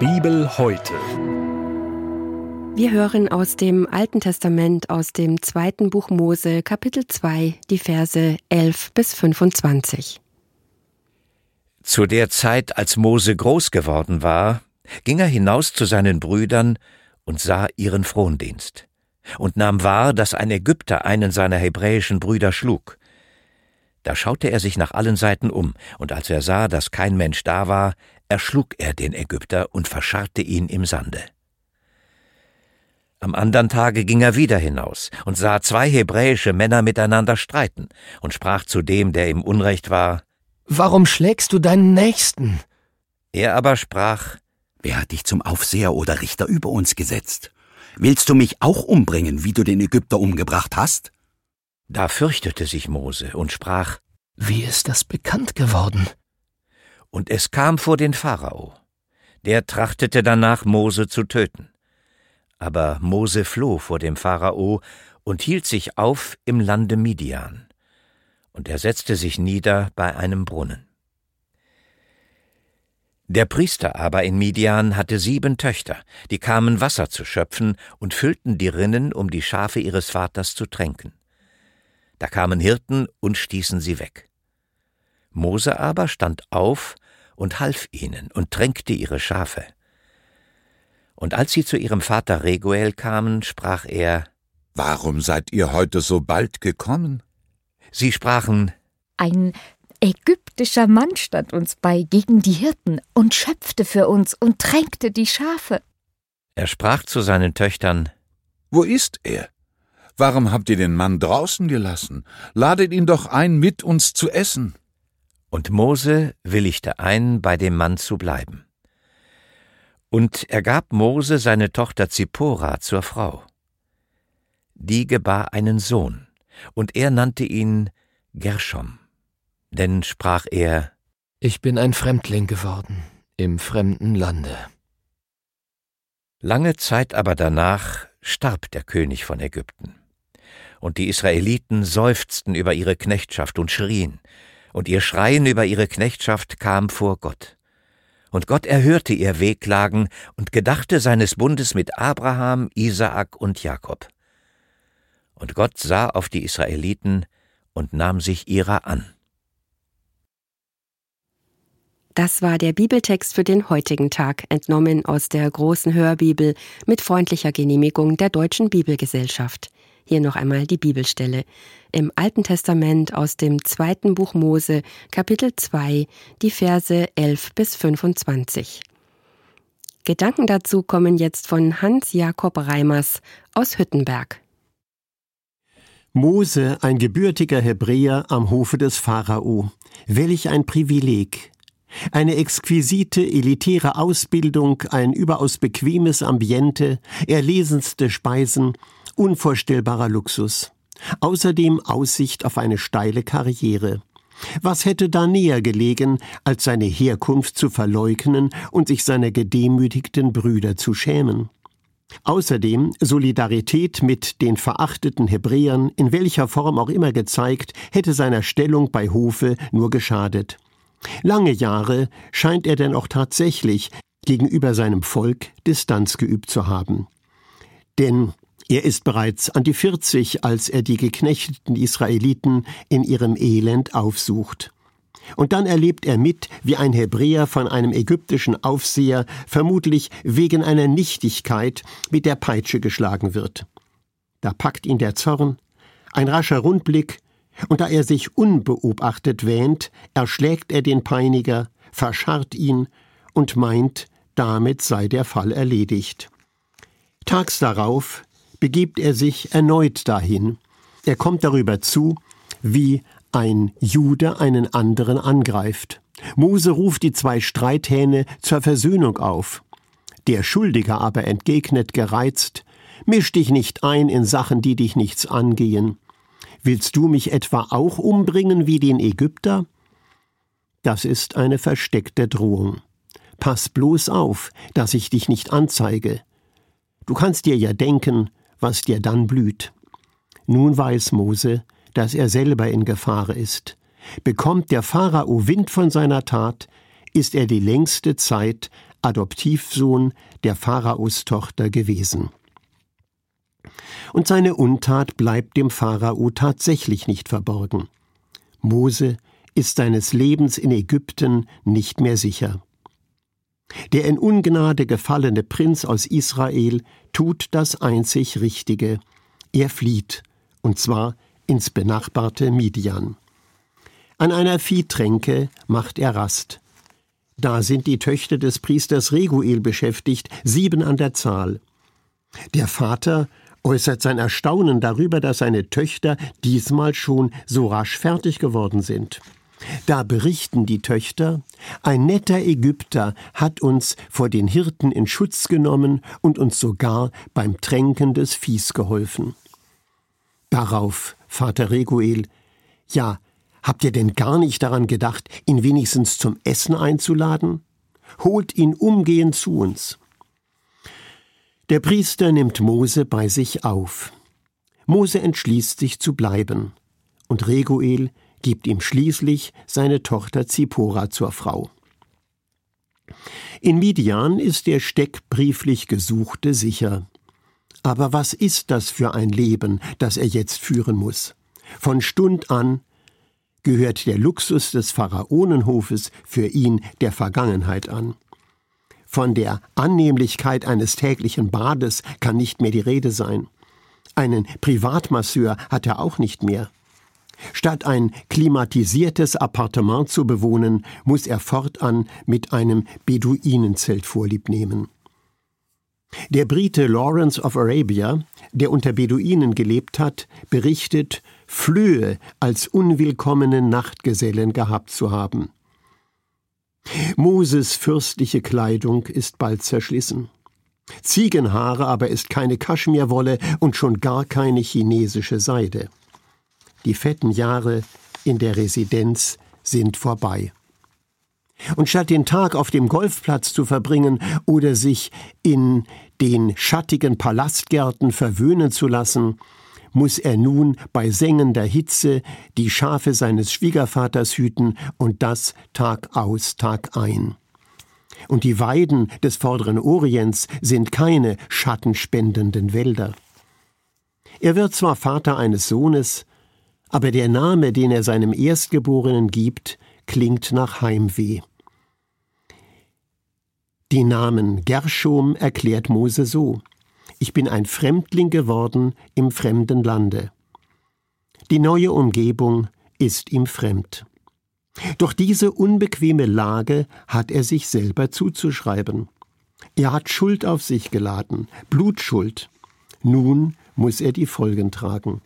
Bibel heute. Wir hören aus dem Alten Testament, aus dem 2. Buch Mose, Kapitel 2, die Verse 11 bis 25. Zu der Zeit, als Mose groß geworden war, ging er hinaus zu seinen Brüdern und sah ihren Frondienst und nahm wahr, dass ein Ägypter einen seiner hebräischen Brüder schlug. Da schaute er sich nach allen Seiten um, und als er sah, dass kein Mensch da war, erschlug er den Ägypter und verscharrte ihn im Sande. Am andern Tage ging er wieder hinaus und sah 2 hebräische Männer miteinander streiten und sprach zu dem, der im Unrecht war: »Warum schlägst du deinen Nächsten?« Er aber sprach: »Wer hat dich zum Aufseher oder Richter über uns gesetzt? Willst du mich auch umbringen, wie du den Ägypter umgebracht hast?« Da fürchtete sich Mose und sprach: »Wie ist das bekannt geworden?« Und es kam vor den Pharao. Der trachtete danach, Mose zu töten. Aber Mose floh vor dem Pharao und hielt sich auf im Lande Midian. Und er setzte sich nieder bei einem Brunnen. Der Priester aber in Midian hatte 7 Töchter, die kamen Wasser zu schöpfen und füllten die Rinnen, um die Schafe ihres Vaters zu tränken. Da kamen Hirten und stießen sie weg. Mose aber stand auf und half ihnen und tränkte ihre Schafe. Und als sie zu ihrem Vater Reguel kamen, sprach er: »Warum seid ihr heute so bald gekommen?« Sie sprachen: »Ein ägyptischer Mann stand uns bei gegen die Hirten und schöpfte für uns und tränkte die Schafe.« Er sprach zu seinen Töchtern: »Wo ist er? Warum habt ihr den Mann draußen gelassen? Ladet ihn doch ein, mit uns zu essen.« Und Mose willigte ein, bei dem Mann zu bleiben. Und er gab Mose seine Tochter Zippora zur Frau. Die gebar einen Sohn, und er nannte ihn Gershom. Denn sprach er: »Ich bin ein Fremdling geworden, im fremden Lande.« Lange Zeit aber danach starb der König von Ägypten. Und die Israeliten seufzten über ihre Knechtschaft und schrien, und ihr Schreien über ihre Knechtschaft kam vor Gott. Und Gott erhörte ihr Wehklagen und gedachte seines Bundes mit Abraham, Isaak und Jakob. Und Gott sah auf die Israeliten und nahm sich ihrer an. Das war der Bibeltext für den heutigen Tag, entnommen aus der Großen Hörbibel mit freundlicher Genehmigung der Deutschen Bibelgesellschaft. Hier noch einmal die Bibelstelle. Im Alten Testament aus dem 2. Buch Mose, Kapitel 2, die Verse 11 bis 25. Gedanken dazu kommen jetzt von Hans-Jakob Reimers aus Hüttenberg. Mose, ein gebürtiger Hebräer am Hofe des Pharao. Welch ein Privileg! Eine exquisite, elitäre Ausbildung, ein überaus bequemes Ambiente, erlesenste Speisen, unvorstellbarer Luxus. Außerdem Aussicht auf eine steile Karriere. Was hätte da näher gelegen, als seine Herkunft zu verleugnen und sich seiner gedemütigten Brüder zu schämen? Außerdem Solidarität mit den verachteten Hebräern, in welcher Form auch immer gezeigt, hätte seiner Stellung bei Hofe nur geschadet. Lange Jahre scheint er denn auch tatsächlich gegenüber seinem Volk Distanz geübt zu haben. Denn er ist bereits an die 40, als er die geknechteten Israeliten in ihrem Elend aufsucht. Und dann erlebt er mit, wie ein Hebräer von einem ägyptischen Aufseher vermutlich wegen einer Nichtigkeit mit der Peitsche geschlagen wird. Da packt ihn der Zorn, ein rascher Rundblick, und da er sich unbeobachtet wähnt, erschlägt er den Peiniger, verscharrt ihn und meint, damit sei der Fall erledigt. Tags darauf begibt er sich erneut dahin. Er kommt darüber zu, wie ein Jude einen anderen angreift. Mose ruft die 2 Streithähne zur Versöhnung auf. Der Schuldige aber entgegnet gereizt: »Misch dich nicht ein in Sachen, die dich nichts angehen. Willst du mich etwa auch umbringen wie den Ägypter?« Das ist eine versteckte Drohung. Pass bloß auf, dass ich dich nicht anzeige. Du kannst dir ja denken, was dir dann blüht. Nun weiß Mose, dass er selber in Gefahr ist. Bekommt der Pharao Wind von seiner Tat, ist er die längste Zeit Adoptivsohn der Pharaos-Tochter gewesen. Und seine Untat bleibt dem Pharao tatsächlich nicht verborgen. Mose ist seines Lebens in Ägypten nicht mehr sicher. Der in Ungnade gefallene Prinz aus Israel tut das einzig Richtige. Er flieht, und zwar ins benachbarte Midian. An einer Viehtränke macht er Rast. Da sind die Töchter des Priesters Reguel beschäftigt, 7 an der Zahl. Der Vater äußert sein Erstaunen darüber, dass seine Töchter diesmal schon so rasch fertig geworden sind. Da berichten die Töchter, ein netter Ägypter hat uns vor den Hirten in Schutz genommen und uns sogar beim Tränken des Viehs geholfen. Darauf Vater Reguel: Ja, habt ihr denn gar nicht daran gedacht, ihn wenigstens zum Essen einzuladen? Holt ihn umgehend zu uns. Der Priester nimmt Mose bei sich auf. Mose entschließt sich zu bleiben, und Reguel gibt ihm schließlich seine Tochter Zipora zur Frau. In Midian ist der steckbrieflich Gesuchte sicher. Aber was ist das für ein Leben, das er jetzt führen muss? Von Stund an gehört der Luxus des Pharaonenhofes für ihn der Vergangenheit an. Von der Annehmlichkeit eines täglichen Bades kann nicht mehr die Rede sein. Einen Privatmasseur hat er auch nicht mehr. Statt ein klimatisiertes Appartement zu bewohnen, muss er fortan mit einem Beduinenzelt Vorlieb nehmen. Der Brite Lawrence of Arabia, der unter Beduinen gelebt hat, berichtet, Flöhe als unwillkommenen Nachtgesellen gehabt zu haben. Moses fürstliche Kleidung ist bald zerschlissen. Ziegenhaare aber ist keine Kaschmirwolle und schon gar keine chinesische Seide. Die fetten Jahre in der Residenz sind vorbei. Und statt den Tag auf dem Golfplatz zu verbringen oder sich in den schattigen Palastgärten verwöhnen zu lassen, muss er nun bei sengender Hitze die Schafe seines Schwiegervaters hüten, und das Tag aus, Tag ein. Und die Weiden des vorderen Orients sind keine schattenspendenden Wälder. Er wird zwar Vater eines Sohnes, aber der Name, den er seinem Erstgeborenen gibt, klingt nach Heimweh. Den Namen Gerschom erklärt Mose so: Ich bin ein Fremdling geworden im fremden Lande. Die neue Umgebung ist ihm fremd. Doch diese unbequeme Lage hat er sich selber zuzuschreiben. Er hat Schuld auf sich geladen, Blutschuld. Nun muss er die Folgen tragen.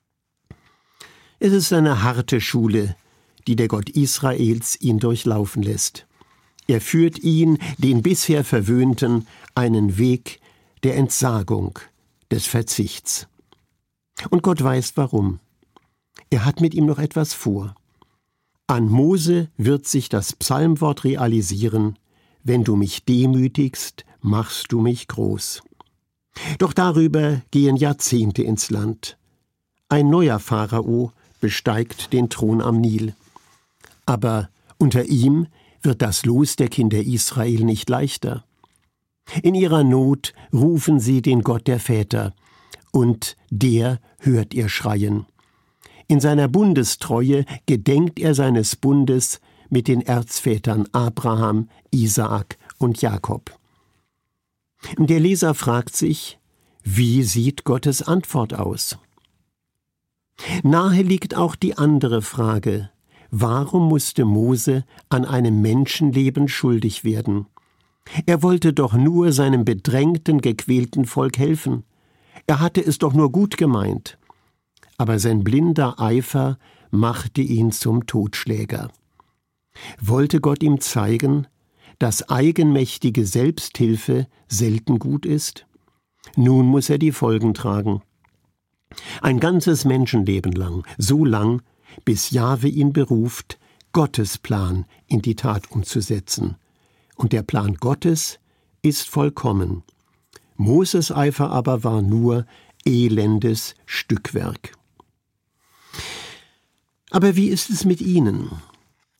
Es ist eine harte Schule, die der Gott Israels ihn durchlaufen lässt. Er führt ihn, den bisher Verwöhnten, einen Weg der Entsagung, des Verzichts. Und Gott weiß warum. Er hat mit ihm noch etwas vor. An Mose wird sich das Psalmwort realisieren: Wenn du mich demütigst, machst du mich groß. Doch darüber gehen Jahrzehnte ins Land. Ein neuer Pharao besteigt den Thron am Nil. Aber unter ihm wird das Los der Kinder Israel nicht leichter. In ihrer Not rufen sie den Gott der Väter, und der hört ihr Schreien. In seiner Bundestreue gedenkt er seines Bundes mit den Erzvätern Abraham, Isaak und Jakob. Der Leser fragt sich, wie sieht Gottes Antwort aus? Nahe liegt auch die andere Frage: Warum musste Mose an einem Menschenleben schuldig werden? Er wollte doch nur seinem bedrängten, gequälten Volk helfen. Er hatte es doch nur gut gemeint. Aber sein blinder Eifer machte ihn zum Totschläger. Wollte Gott ihm zeigen, dass eigenmächtige Selbsthilfe selten gut ist? Nun muss er die Folgen tragen. Ein ganzes Menschenleben lang, so lang, bis Jahwe ihn beruft, Gottes Plan in die Tat umzusetzen. Und der Plan Gottes ist vollkommen. Moses Eifer aber war nur elendes Stückwerk. Aber wie ist es mit Ihnen?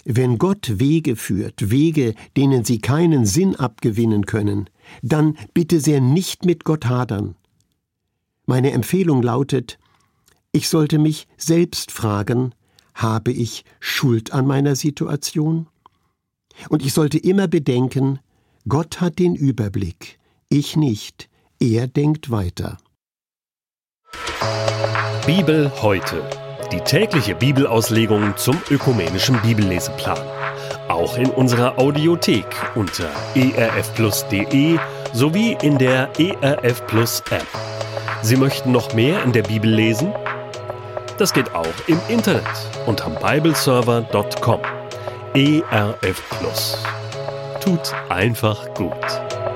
Wenn Gott Wege führt, Wege, denen Sie keinen Sinn abgewinnen können, dann bitte sehr nicht mit Gott hadern. Meine Empfehlung lautet, ich sollte mich selbst fragen, habe ich Schuld an meiner Situation? Und ich sollte immer bedenken, Gott hat den Überblick, ich nicht, er denkt weiter. Bibel heute. Die tägliche Bibelauslegung zum ökumenischen Bibelleseplan. Auch in unserer Audiothek unter erfplus.de sowie in der ERF Plus App. Sie möchten noch mehr in der Bibel lesen? Das geht auch im Internet unter bibleserver.com. ERF Plus. Tut einfach gut.